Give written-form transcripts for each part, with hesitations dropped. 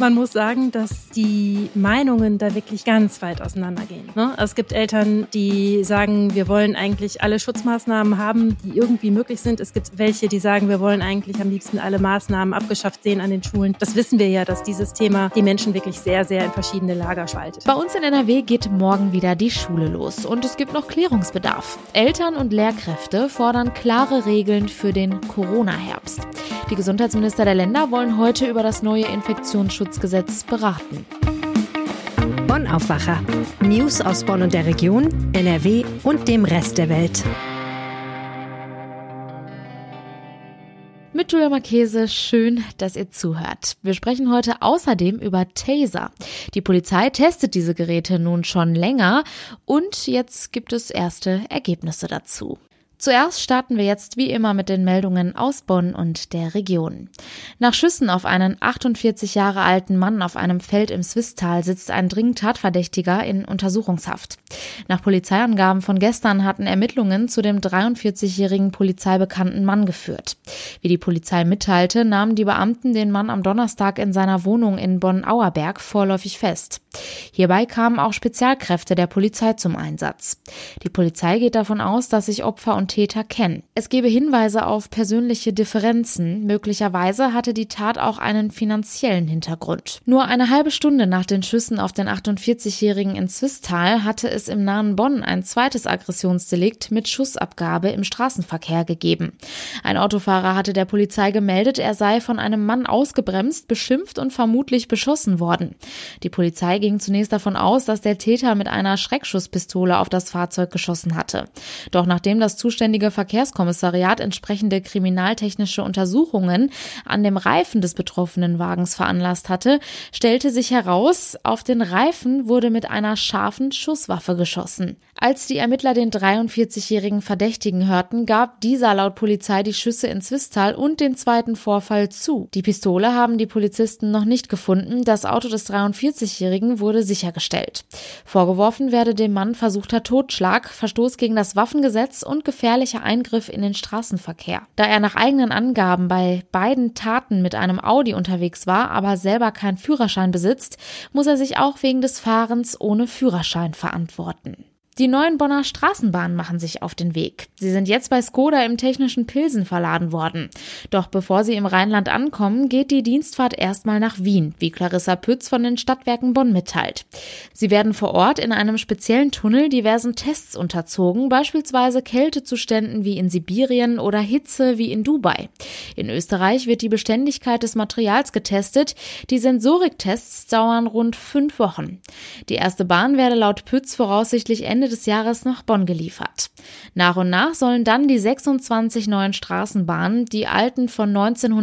Man muss sagen, dass die Meinungen da wirklich ganz weit auseinandergehen. Es gibt Eltern, die sagen, wir wollen eigentlich alle Schutzmaßnahmen haben, die irgendwie möglich sind. Es gibt welche, die sagen, wir wollen eigentlich am liebsten alle Maßnahmen abgeschafft sehen an den Schulen. Das wissen wir ja, dass dieses Thema die Menschen wirklich sehr, sehr in verschiedene Lager spaltet. Bei uns in NRW geht morgen wieder die Schule los und es gibt noch Klärungsbedarf. Eltern und Lehrkräfte fordern klare Regeln für den Corona-Herbst. Die Gesundheitsminister der Länder wollen heute über das neue Infektionsschutzgesetz beraten. Bonn Aufwacher. News aus Bonn und der Region, NRW und dem Rest der Welt. Mit Julia Marchese, schön, dass ihr zuhört. Wir sprechen heute außerdem über Taser. Die Polizei testet diese Geräte nun schon länger und jetzt gibt es erste Ergebnisse dazu. Zuerst starten wir jetzt wie immer mit den Meldungen aus Bonn und der Region. Nach Schüssen auf einen 48 Jahre alten Mann auf einem Feld im Swisttal sitzt ein dringend Tatverdächtiger in Untersuchungshaft. Nach Polizeiangaben von gestern hatten Ermittlungen zu dem 43-jährigen polizeibekannten Mann geführt. Wie die Polizei mitteilte, nahmen die Beamten den Mann am Donnerstag in seiner Wohnung in Bonn-Auerberg vorläufig fest. Hierbei kamen auch Spezialkräfte der Polizei zum Einsatz. Die Polizei geht davon aus, dass sich Opfer und Täter kennen. Es gebe Hinweise auf persönliche Differenzen. Möglicherweise hatte die Tat auch einen finanziellen Hintergrund. Nur eine halbe Stunde nach den Schüssen auf den 48-Jährigen in Swisttal hatte es im nahen Bonn ein zweites Aggressionsdelikt mit Schussabgabe im Straßenverkehr gegeben. Ein Autofahrer hatte der Polizei gemeldet, er sei von einem Mann ausgebremst, beschimpft und vermutlich beschossen worden. Die Polizei ging zunächst davon aus, dass der Täter mit einer Schreckschusspistole auf das Fahrzeug geschossen hatte. Doch nachdem das zuständige Verkehrskommissariat entsprechende kriminaltechnische Untersuchungen an dem Reifen des betroffenen Wagens veranlasst hatte, stellte sich heraus, auf den Reifen wurde mit einer scharfen Schusswaffe geschossen. Als die Ermittler den 43-jährigen Verdächtigen hörten, gab dieser laut Polizei die Schüsse in Swisttal und den zweiten Vorfall zu. Die Pistole haben die Polizisten noch nicht gefunden, das Auto des 43-jährigen wurde sichergestellt. Vorgeworfen werde dem Mann versuchter Totschlag, Verstoß gegen das Waffengesetz und gefährlicher Eingriff in den Straßenverkehr. Da er nach eigenen Angaben bei beiden Taten mit einem Audi unterwegs war, aber selber keinen Führerschein besitzt, muss er sich auch wegen des Fahrens ohne Führerschein verantworten. Die neuen Bonner Straßenbahnen machen sich auf den Weg. Sie sind jetzt bei Skoda im Technischen Pilsen verladen worden. Doch bevor sie im Rheinland ankommen, geht die Dienstfahrt erstmal nach Wien, wie Clarissa Pütz von den Stadtwerken Bonn mitteilt. Sie werden vor Ort in einem speziellen Tunnel diversen Tests unterzogen, beispielsweise Kältezuständen wie in Sibirien oder Hitze wie in Dubai. In Österreich wird die Beständigkeit des Materials getestet. Die Sensoriktests dauern rund 5 Wochen. Die erste Bahn werde laut Pütz voraussichtlich Ende des Jahres nach Bonn geliefert. Nach und nach sollen dann die 26 neuen Straßenbahnen die alten von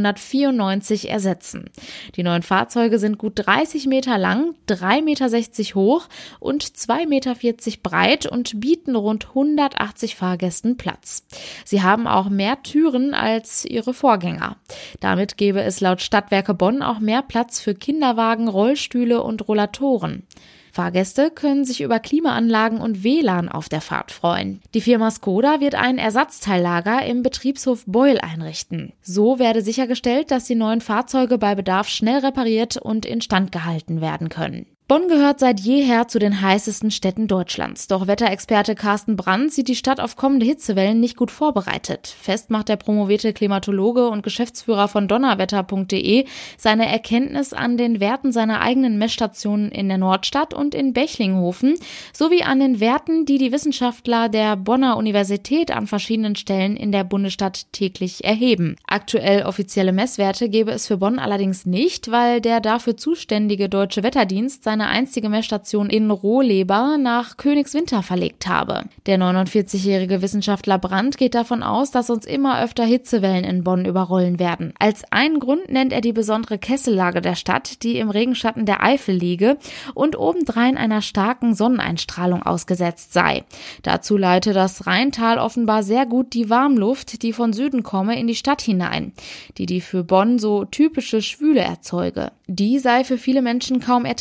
1994 ersetzen. Die neuen Fahrzeuge sind gut 30 Meter lang, 3,60 Meter hoch und 2,40 Meter breit und bieten rund 180 Fahrgästen Platz. Sie haben auch mehr Türen als ihre Vorgänger. Damit gäbe es laut Stadtwerke Bonn auch mehr Platz für Kinderwagen, Rollstühle und Rollatoren. Fahrgäste können sich über Klimaanlagen und WLAN auf der Fahrt freuen. Die Firma Skoda wird ein Ersatzteillager im Betriebshof Beul einrichten. So werde sichergestellt, dass die neuen Fahrzeuge bei Bedarf schnell repariert und instand gehalten werden können. Bonn gehört seit jeher zu den heißesten Städten Deutschlands. Doch Wetterexperte Carsten Brandt sieht die Stadt auf kommende Hitzewellen nicht gut vorbereitet. Fest macht der promovierte Klimatologe und Geschäftsführer von donnerwetter.de seine Erkenntnis an den Werten seiner eigenen Messstationen in der Nordstadt und in Bechlinghofen sowie an den Werten, die die Wissenschaftler der Bonner Universität an verschiedenen Stellen in der Bundesstadt täglich erheben. Aktuell offizielle Messwerte gäbe es für Bonn allerdings nicht, weil der dafür zuständige Deutsche Wetterdienst seine einstige Messstation in Rohleber nach Königswinter verlegt habe. Der 49-jährige Wissenschaftler Brandt geht davon aus, dass uns immer öfter Hitzewellen in Bonn überrollen werden. Als einen Grund nennt er die besondere Kessellage der Stadt, die im Regenschatten der Eifel liege und obendrein einer starken Sonneneinstrahlung ausgesetzt sei. Dazu leite das Rheintal offenbar sehr gut die Warmluft, die von Süden komme, in die Stadt hinein, die für Bonn so typische Schwüle erzeuge. Die sei für viele Menschen kaum erträglich,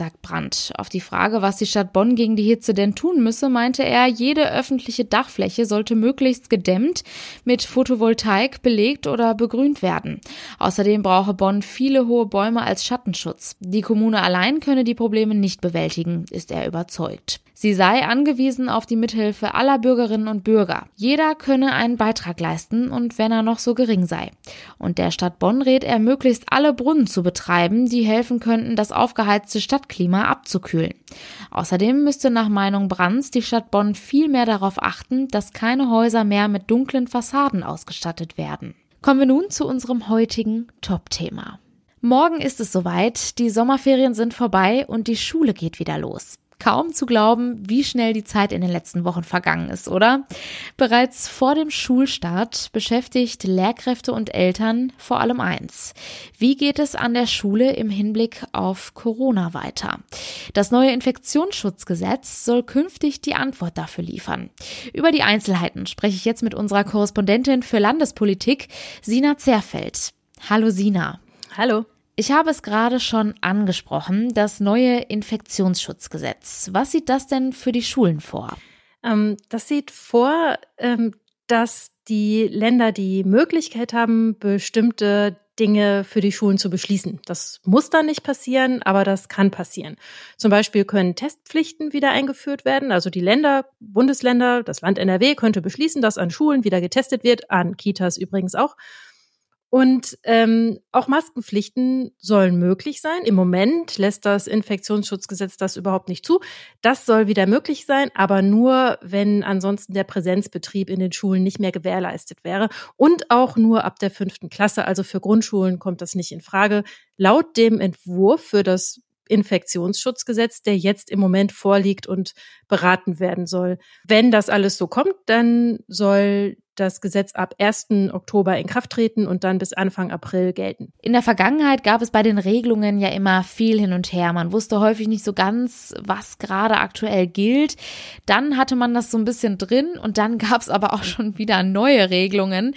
sagt Brandt. Auf die Frage, was die Stadt Bonn gegen die Hitze denn tun müsse, meinte er, jede öffentliche Dachfläche sollte möglichst gedämmt, mit Photovoltaik belegt oder begrünt werden. Außerdem brauche Bonn viele hohe Bäume als Schattenschutz. Die Kommune allein könne die Probleme nicht bewältigen, ist er überzeugt. Sie sei angewiesen auf die Mithilfe aller Bürgerinnen und Bürger. Jeder könne einen Beitrag leisten und wenn er noch so gering sei. Und der Stadt Bonn rät er, möglichst alle Brunnen zu betreiben, die helfen könnten, das aufgeheizte Stadtklima abzukühlen. Außerdem müsste nach Meinung Brandts die Stadt Bonn viel mehr darauf achten, dass keine Häuser mehr mit dunklen Fassaden ausgestattet werden. Kommen wir nun zu unserem heutigen Top-Thema. Morgen ist es soweit, die Sommerferien sind vorbei und die Schule geht wieder los. Kaum zu glauben, wie schnell die Zeit in den letzten Wochen vergangen ist, oder? Bereits vor dem Schulstart beschäftigt Lehrkräfte und Eltern vor allem eins: Wie geht es an der Schule im Hinblick auf Corona weiter? Das neue Infektionsschutzgesetz soll künftig die Antwort dafür liefern. Über die Einzelheiten spreche ich jetzt mit unserer Korrespondentin für Landespolitik, Sina Zerfeld. Hallo Sina. Hallo. Ich habe es gerade schon angesprochen, das neue Infektionsschutzgesetz. Was sieht das denn für die Schulen vor? Das sieht vor, dass die Länder die Möglichkeit haben, bestimmte Dinge für die Schulen zu beschließen. Das muss dann nicht passieren, aber das kann passieren. Zum Beispiel können Testpflichten wieder eingeführt werden. Also die Länder, Bundesländer, das Land NRW könnte beschließen, dass an Schulen wieder getestet wird, an Kitas übrigens auch. Und auch Maskenpflichten sollen möglich sein. Im Moment lässt das Infektionsschutzgesetz das überhaupt nicht zu. Das soll wieder möglich sein, aber nur, wenn ansonsten der Präsenzbetrieb in den Schulen nicht mehr gewährleistet wäre. Und auch nur ab der 5. Klasse, also für Grundschulen kommt das nicht in Frage. Laut dem Entwurf für das Infektionsschutzgesetz, der jetzt im Moment vorliegt und beraten werden soll. Wenn das alles so kommt, dann soll das Gesetz ab 1. Oktober in Kraft treten und dann bis Anfang April gelten. In der Vergangenheit gab es bei den Regelungen ja immer viel hin und her. Man wusste häufig nicht so ganz, was gerade aktuell gilt. Dann hatte man das so ein bisschen drin und dann gab es aber auch schon wieder neue Regelungen.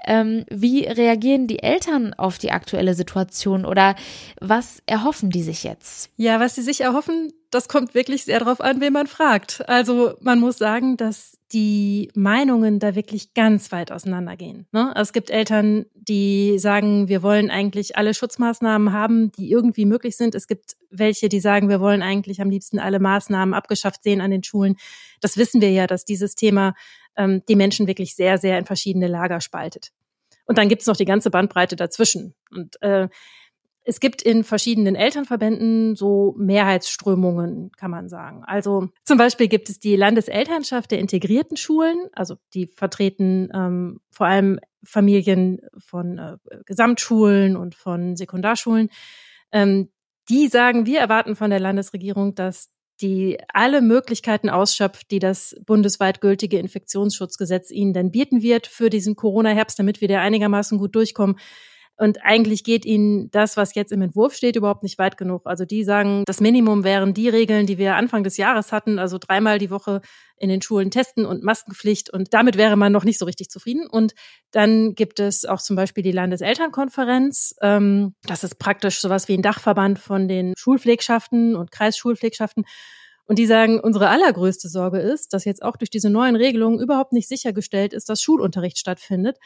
Wie reagieren die Eltern auf die aktuelle Situation oder was erhoffen die sich jetzt? Ja, was sie sich erhoffen, das kommt wirklich sehr darauf an, wen man fragt. Also man muss sagen, dass die Meinungen da wirklich ganz weit auseinandergehen. Ne? Es gibt Eltern, die sagen, wir wollen eigentlich alle Schutzmaßnahmen haben, die irgendwie möglich sind. Es gibt welche, die sagen, wir wollen eigentlich am liebsten alle Maßnahmen abgeschafft sehen an den Schulen. Das wissen wir ja, dass dieses Thema die Menschen wirklich sehr, sehr in verschiedene Lager spaltet. Und dann gibt es noch die ganze Bandbreite dazwischen. Und es gibt in verschiedenen Elternverbänden so Mehrheitsströmungen, kann man sagen. Also zum Beispiel gibt es die Landeselternschaft der integrierten Schulen, also die vertreten vor allem Familien von Gesamtschulen und von Sekundarschulen. Die sagen, wir erwarten von der Landesregierung, dass die alle Möglichkeiten ausschöpft, die das bundesweit gültige Infektionsschutzgesetz ihnen dann bieten wird für diesen Corona-Herbst, damit wir da einigermaßen gut durchkommen. Und eigentlich geht ihnen das, was jetzt im Entwurf steht, überhaupt nicht weit genug. Also die sagen, das Minimum wären die Regeln, die wir Anfang des Jahres hatten, also 3-mal die Woche in den Schulen testen und Maskenpflicht. Und damit wäre man noch nicht so richtig zufrieden. Und dann gibt es auch zum Beispiel die Landeselternkonferenz. Das ist praktisch sowas wie ein Dachverband von den Schulpflegschaften und Kreisschulpflegschaften. Und die sagen, unsere allergrößte Sorge ist, dass jetzt auch durch diese neuen Regelungen überhaupt nicht sichergestellt ist, dass Schulunterricht stattfindet.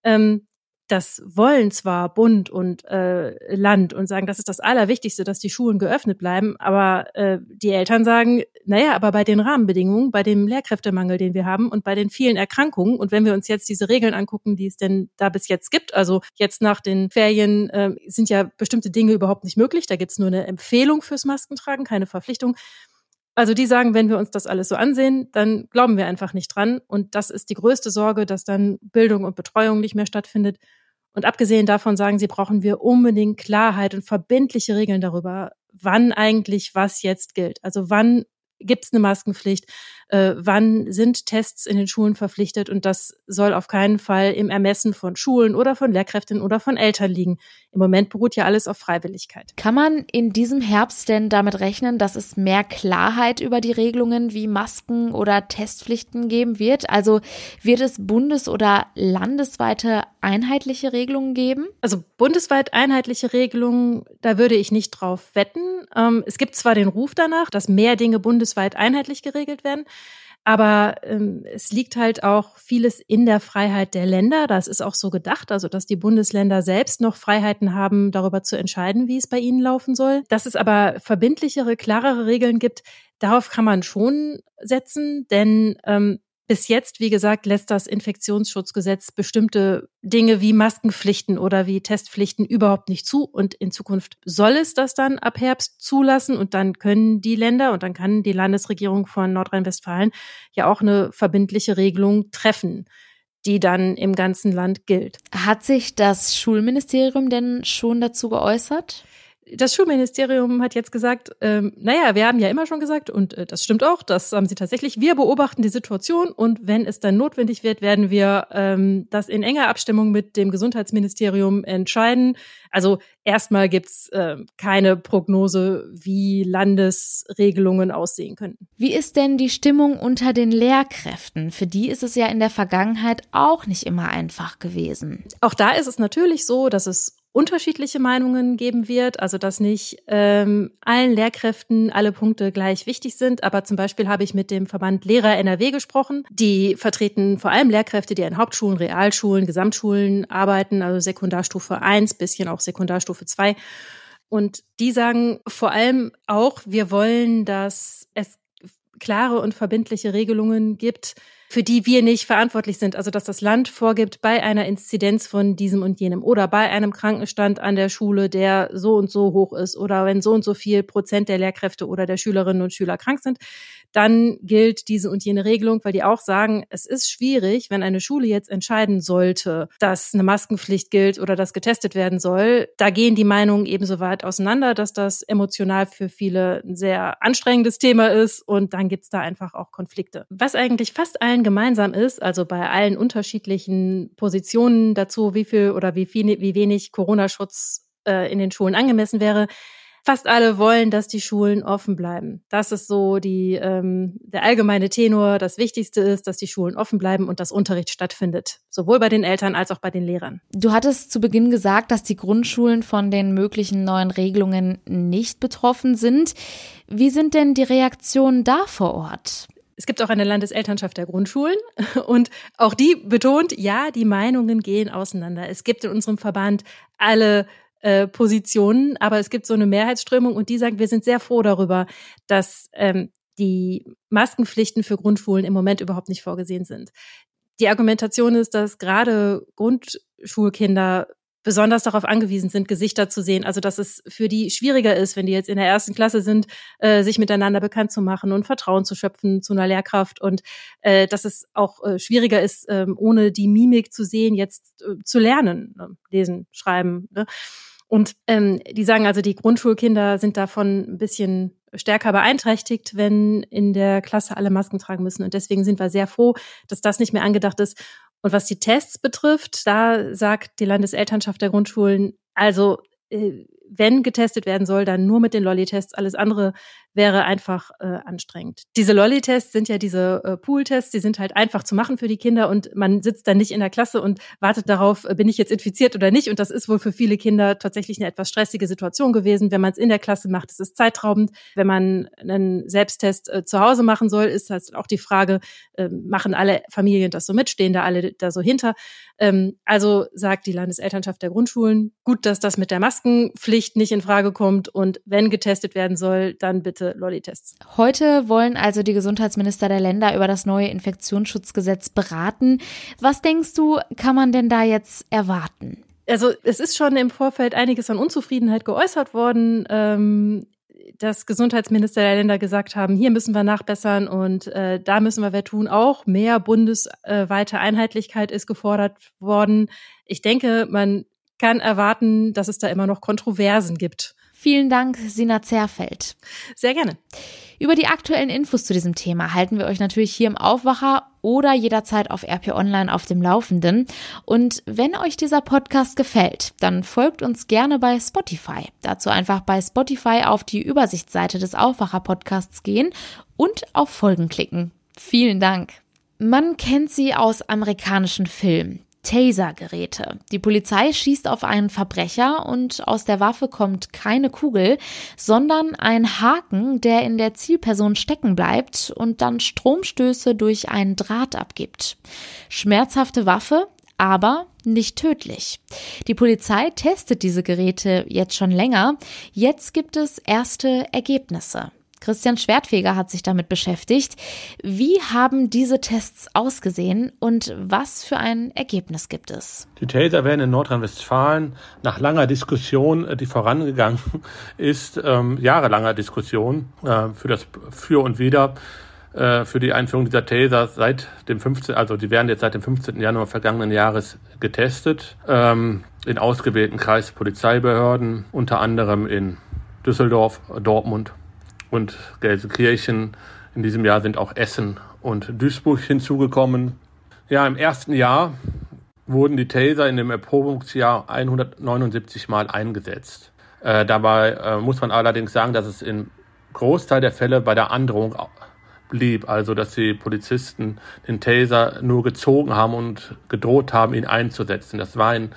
Das wollen zwar Bund und Land und sagen, das ist das Allerwichtigste, dass die Schulen geöffnet bleiben, aber die Eltern sagen, naja, aber bei den Rahmenbedingungen, bei dem Lehrkräftemangel, den wir haben und bei den vielen Erkrankungen und wenn wir uns jetzt diese Regeln angucken, die es denn da bis jetzt gibt, also jetzt nach den Ferien sind ja bestimmte Dinge überhaupt nicht möglich, da gibt's nur eine Empfehlung fürs Maskentragen, keine Verpflichtung. Also die sagen, wenn wir uns das alles so ansehen, dann glauben wir einfach nicht dran. Und das ist die größte Sorge, dass dann Bildung und Betreuung nicht mehr stattfindet. Und abgesehen davon sagen sie, brauchen wir unbedingt Klarheit und verbindliche Regeln darüber, wann eigentlich was jetzt gilt. Also wann gibt es eine Maskenpflicht, wann sind Tests in den Schulen verpflichtet und das soll auf keinen Fall im Ermessen von Schulen oder von Lehrkräften oder von Eltern liegen. Im Moment beruht ja alles auf Freiwilligkeit. Kann man in diesem Herbst denn damit rechnen, dass es mehr Klarheit über die Regelungen wie Masken oder Testpflichten geben wird? Also wird es bundes- oder landesweite einheitliche Regelungen geben? Also bundesweit einheitliche Regelungen, da würde ich nicht drauf wetten. Es gibt zwar den Ruf danach, dass mehr Dinge bundesweit einheitlich geregelt werden, aber es liegt halt auch vieles in der Freiheit der Länder. Das ist auch so gedacht, also dass die Bundesländer selbst noch Freiheiten haben, darüber zu entscheiden, wie es bei ihnen laufen soll. Dass es aber verbindlichere, klarere Regeln gibt, darauf kann man schon setzen, denn bis jetzt, wie gesagt, lässt das Infektionsschutzgesetz bestimmte Dinge wie Maskenpflichten oder wie Testpflichten überhaupt nicht zu. Und in Zukunft soll es das dann ab Herbst zulassen. Und dann können die Länder und dann kann die Landesregierung von Nordrhein-Westfalen ja auch eine verbindliche Regelung treffen, die dann im ganzen Land gilt. Hat sich das Schulministerium denn schon dazu geäußert? Das Schulministerium hat jetzt gesagt, wir haben ja immer schon gesagt, und das stimmt auch, das haben sie tatsächlich, wir beobachten die Situation und wenn es dann notwendig wird, werden wir das in enger Abstimmung mit dem Gesundheitsministerium entscheiden. Also erstmal gibt's keine Prognose, wie Landesregelungen aussehen könnten. Wie ist denn die Stimmung unter den Lehrkräften? Für die ist es ja in der Vergangenheit auch nicht immer einfach gewesen. Auch da ist es natürlich so, dass es unterschiedliche Meinungen geben wird, also dass nicht allen Lehrkräften alle Punkte gleich wichtig sind. Aber zum Beispiel habe ich mit dem Verband Lehrer NRW gesprochen. Die vertreten vor allem Lehrkräfte, die an Hauptschulen, Realschulen, Gesamtschulen arbeiten, also Sekundarstufe 1, bisschen auch Sekundarstufe 2. Und die sagen vor allem auch, wir wollen, dass es klare und verbindliche Regelungen gibt, für die wir nicht verantwortlich sind. Also dass das Land vorgibt, bei einer Inzidenz von diesem und jenem oder bei einem Krankenstand an der Schule, der so und so hoch ist oder wenn so und so viel Prozent der Lehrkräfte oder der Schülerinnen und Schüler krank sind, dann gilt diese und jene Regelung, weil die auch sagen, es ist schwierig, wenn eine Schule jetzt entscheiden sollte, dass eine Maskenpflicht gilt oder dass getestet werden soll. Da gehen die Meinungen ebenso weit auseinander, dass das emotional für viele ein sehr anstrengendes Thema ist und dann gibt's da einfach auch Konflikte. Was eigentlich fast allen gemeinsam ist, also bei allen unterschiedlichen Positionen dazu, wie viel oder wie wenig Corona-Schutz in den Schulen angemessen wäre, fast alle wollen, dass die Schulen offen bleiben. Das ist so der allgemeine Tenor. Das Wichtigste ist, dass die Schulen offen bleiben und dass Unterricht stattfindet. Sowohl bei den Eltern als auch bei den Lehrern. Du hattest zu Beginn gesagt, dass die Grundschulen von den möglichen neuen Regelungen nicht betroffen sind. Wie sind denn die Reaktionen da vor Ort? Es gibt auch eine Landeselternschaft der Grundschulen und auch die betont, ja, die Meinungen gehen auseinander. Es gibt in unserem Verband alle Positionen, aber es gibt so eine Mehrheitsströmung und die sagt, wir sind sehr froh darüber, dass die Maskenpflichten für Grundschulen im Moment überhaupt nicht vorgesehen sind. Die Argumentation ist, dass gerade Grundschulkinder besonders darauf angewiesen sind, Gesichter zu sehen. Also dass es für die schwieriger ist, wenn die jetzt in der 1. Klasse sind, sich miteinander bekannt zu machen und Vertrauen zu schöpfen zu einer Lehrkraft und dass es auch schwieriger ist, ohne die Mimik zu sehen, jetzt zu lernen, lesen, schreiben. Ne? Und die sagen also, die Grundschulkinder sind davon ein bisschen stärker beeinträchtigt, wenn in der Klasse alle Masken tragen müssen. Und deswegen sind wir sehr froh, dass das nicht mehr angedacht ist. Und was die Tests betrifft, da sagt die Landeselternschaft der Grundschulen, also wenn getestet werden soll, dann nur mit den Lolli-Tests. Alles andere wäre einfach anstrengend. Diese Lolli-Tests sind ja diese Pool-Tests, die sind halt einfach zu machen für die Kinder und man sitzt dann nicht in der Klasse und wartet darauf, bin ich jetzt infiziert oder nicht. Und das ist wohl für viele Kinder tatsächlich eine etwas stressige Situation gewesen. Wenn man es in der Klasse macht, ist es zeitraubend. Wenn man einen Selbsttest zu Hause machen soll, ist das auch die Frage, machen alle Familien das so mit, stehen da alle da so hinter? Also sagt die Landeselternschaft der Grundschulen, gut, dass das mit der Maskenpflicht nicht in Frage kommt und wenn getestet werden soll, dann bitte Lolli-Tests. Heute wollen also die Gesundheitsminister der Länder über das neue Infektionsschutzgesetz beraten. Was denkst du, kann man denn da jetzt erwarten? Also es ist schon im Vorfeld einiges an Unzufriedenheit geäußert worden, dass Gesundheitsminister der Länder gesagt haben, hier müssen wir nachbessern und da müssen wir was tun. Auch mehr bundesweite Einheitlichkeit ist gefordert worden. Ich denke, man kann erwarten, dass es da immer noch Kontroversen gibt. Vielen Dank, Sina Zerfeld. Sehr gerne. Über die aktuellen Infos zu diesem Thema halten wir euch natürlich hier im Aufwacher oder jederzeit auf RP Online auf dem Laufenden. Und wenn euch dieser Podcast gefällt, dann folgt uns gerne bei Spotify. Dazu einfach bei Spotify auf die Übersichtsseite des Aufwacher-Podcasts gehen und auf Folgen klicken. Vielen Dank. Man kennt sie aus amerikanischen Filmen. Taser-Geräte. Die Polizei schießt auf einen Verbrecher und aus der Waffe kommt keine Kugel, sondern ein Haken, der in der Zielperson stecken bleibt und dann Stromstöße durch einen Draht abgibt. Schmerzhafte Waffe, aber nicht tödlich. Die Polizei testet diese Geräte jetzt schon länger. Jetzt gibt es erste Ergebnisse. Christian Schwertfeger hat sich damit beschäftigt. Wie haben diese Tests ausgesehen und was für ein Ergebnis gibt es? Die Taser werden in Nordrhein-Westfalen nach langer Diskussion, die vorangegangen ist, jahrelanger Diskussion für das Für und Wider, für die Einführung dieser Taser die werden jetzt seit dem 15. Januar vergangenen Jahres getestet, in ausgewählten Kreispolizeibehörden, unter anderem in Düsseldorf, Dortmund und Gelsenkirchen. In diesem Jahr sind auch Essen und Duisburg hinzugekommen. Ja, im ersten Jahr wurden die Taser in dem Erprobungsjahr 179 Mal eingesetzt. Dabei muss man allerdings sagen, dass es im Großteil der Fälle bei der Androhung blieb, also dass die Polizisten den Taser nur gezogen haben und gedroht haben, ihn einzusetzen. Das war in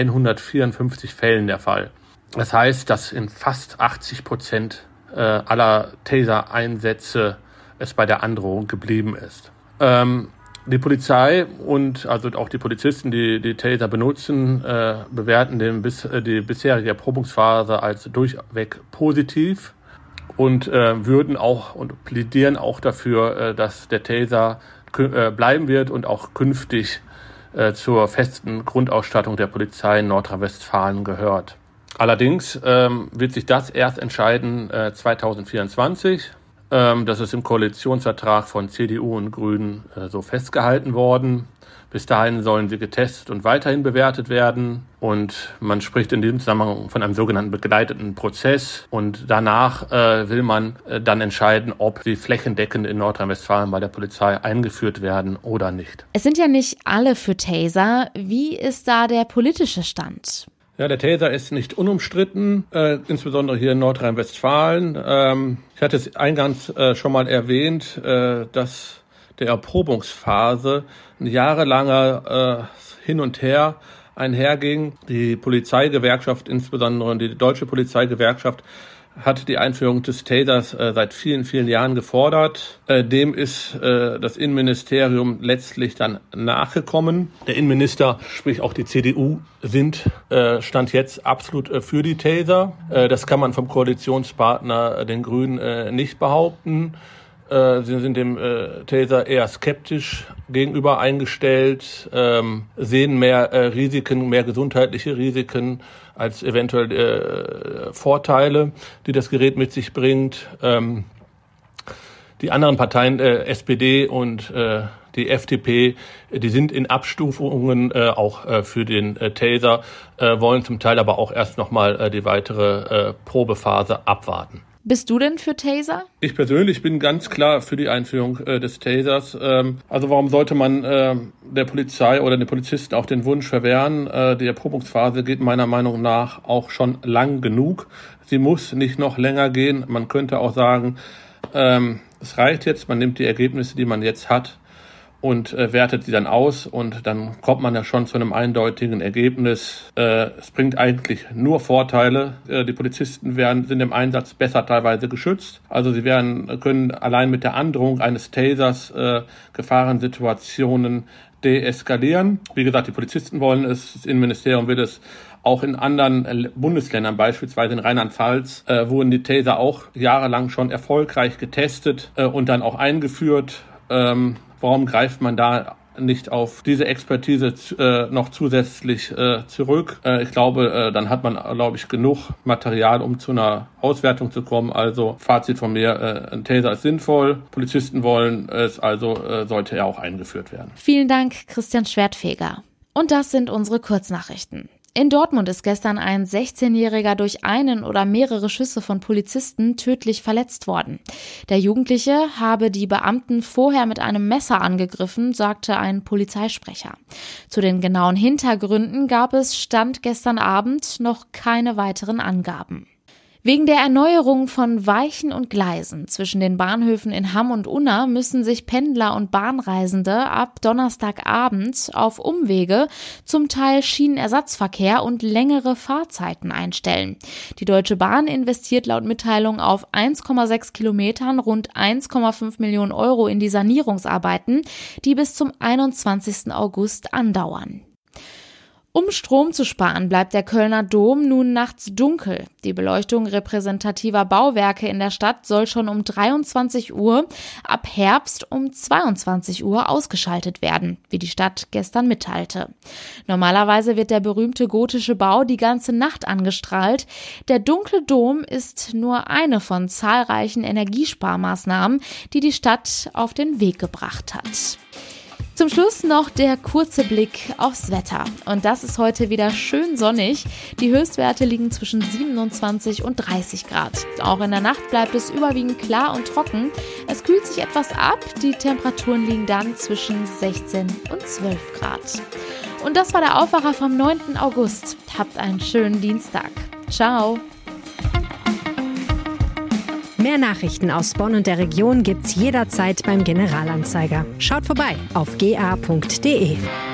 154 Fällen der Fall. Das heißt, dass in fast 80% aller Taser-Einsätze es bei der Androhung geblieben ist. Die Polizei und also auch die Polizisten, die Taser benutzen, bewerten die bisherige Erprobungsphase als durchweg positiv und würden auch und plädieren auch dafür, dass der Taser bleiben wird und auch künftig zur festen Grundausstattung der Polizei in Nordrhein-Westfalen gehört. Allerdings wird sich das erst entscheiden 2024. Das ist im Koalitionsvertrag von CDU und Grünen so festgehalten worden. Bis dahin sollen sie getestet und weiterhin bewertet werden. Und man spricht in diesem Zusammenhang von einem sogenannten begleiteten Prozess. Und danach will man dann entscheiden, ob sie flächendeckend in Nordrhein-Westfalen bei der Polizei eingeführt werden oder nicht. Es sind ja nicht alle für Taser. Wie ist da der politische Stand? Ja, der Taser ist nicht unumstritten, insbesondere hier in Nordrhein-Westfalen. Ich hatte es eingangs schon mal erwähnt, dass der Erprobungsphase ein jahrelanger Hin und Her einherging. Die Polizeigewerkschaft, insbesondere die Deutsche Polizeigewerkschaft, hat die Einführung des Tasers seit vielen, vielen Jahren gefordert. Dem ist das Innenministerium letztlich dann nachgekommen. Der Innenminister, sprich auch die CDU, stand jetzt absolut für die Taser. Das kann man vom Koalitionspartner, den Grünen, nicht behaupten. Sie sind dem Taser eher skeptisch gegenüber eingestellt, sehen mehr Risiken, mehr gesundheitliche Risiken als eventuell Vorteile, die das Gerät mit sich bringt. Die anderen Parteien, SPD und die FDP, die sind in Abstufungen auch für den Taser, wollen zum Teil aber auch erst nochmal die weitere Probephase abwarten. Bist du denn für Taser? Ich persönlich bin ganz klar für die Einführung des Tasers. Also warum sollte man der Polizei oder den Polizisten auch den Wunsch verwehren? Die Erprobungsphase geht meiner Meinung nach auch schon lang genug. Sie muss nicht noch länger gehen. Man könnte auch sagen, es reicht jetzt, man nimmt die Ergebnisse, die man jetzt hat, und wertet sie dann aus und dann kommt man ja schon zu einem eindeutigen Ergebnis. Es bringt eigentlich nur Vorteile. Die Polizisten sind im Einsatz besser teilweise geschützt. Also sie können allein mit der Androhung eines Tasers Gefahrensituationen deeskalieren. Wie gesagt, die Polizisten wollen es, das Innenministerium will es. Auch in anderen Bundesländern, beispielsweise in Rheinland-Pfalz, wurden die Taser auch jahrelang schon erfolgreich getestet und dann auch eingeführt. Warum greift man da nicht auf diese Expertise noch zusätzlich zurück? Ich glaube, dann hat man, genug Material, um zu einer Auswertung zu kommen. Also Fazit von mir, ein Taser ist sinnvoll, Polizisten wollen es, also sollte er auch eingeführt werden. Vielen Dank, Christian Schwertfeger. Und das sind unsere Kurznachrichten. In Dortmund ist gestern ein 16-Jähriger durch einen oder mehrere Schüsse von Polizisten tödlich verletzt worden. Der Jugendliche habe die Beamten vorher mit einem Messer angegriffen, sagte ein Polizeisprecher. Zu den genauen Hintergründen gab es Stand gestern Abend noch keine weiteren Angaben. Wegen der Erneuerung von Weichen und Gleisen zwischen den Bahnhöfen in Hamm und Unna müssen sich Pendler und Bahnreisende ab Donnerstagabend auf Umwege, zum Teil Schienenersatzverkehr und längere Fahrzeiten einstellen. Die Deutsche Bahn investiert laut Mitteilung auf 1,6 Kilometern rund 1,5 Millionen Euro in die Sanierungsarbeiten, die bis zum 21. August andauern. Um Strom zu sparen, bleibt der Kölner Dom nun nachts dunkel. Die Beleuchtung repräsentativer Bauwerke in der Stadt soll schon um 23 Uhr, ab Herbst um 22 Uhr ausgeschaltet werden, wie die Stadt gestern mitteilte. Normalerweise wird der berühmte gotische Bau die ganze Nacht angestrahlt. Der dunkle Dom ist nur eine von zahlreichen Energiesparmaßnahmen, die die Stadt auf den Weg gebracht hat. Zum Schluss noch der kurze Blick aufs Wetter. Und das ist heute wieder schön sonnig. Die Höchstwerte liegen zwischen 27 und 30 Grad. Auch in der Nacht bleibt es überwiegend klar und trocken. Es kühlt sich etwas ab. Die Temperaturen liegen dann zwischen 16 und 12 Grad. Und das war der Aufwacher vom 9. August. Habt einen schönen Dienstag. Ciao. Mehr Nachrichten aus Bonn und der Region gibt's jederzeit beim Generalanzeiger. Schaut vorbei auf ga.de.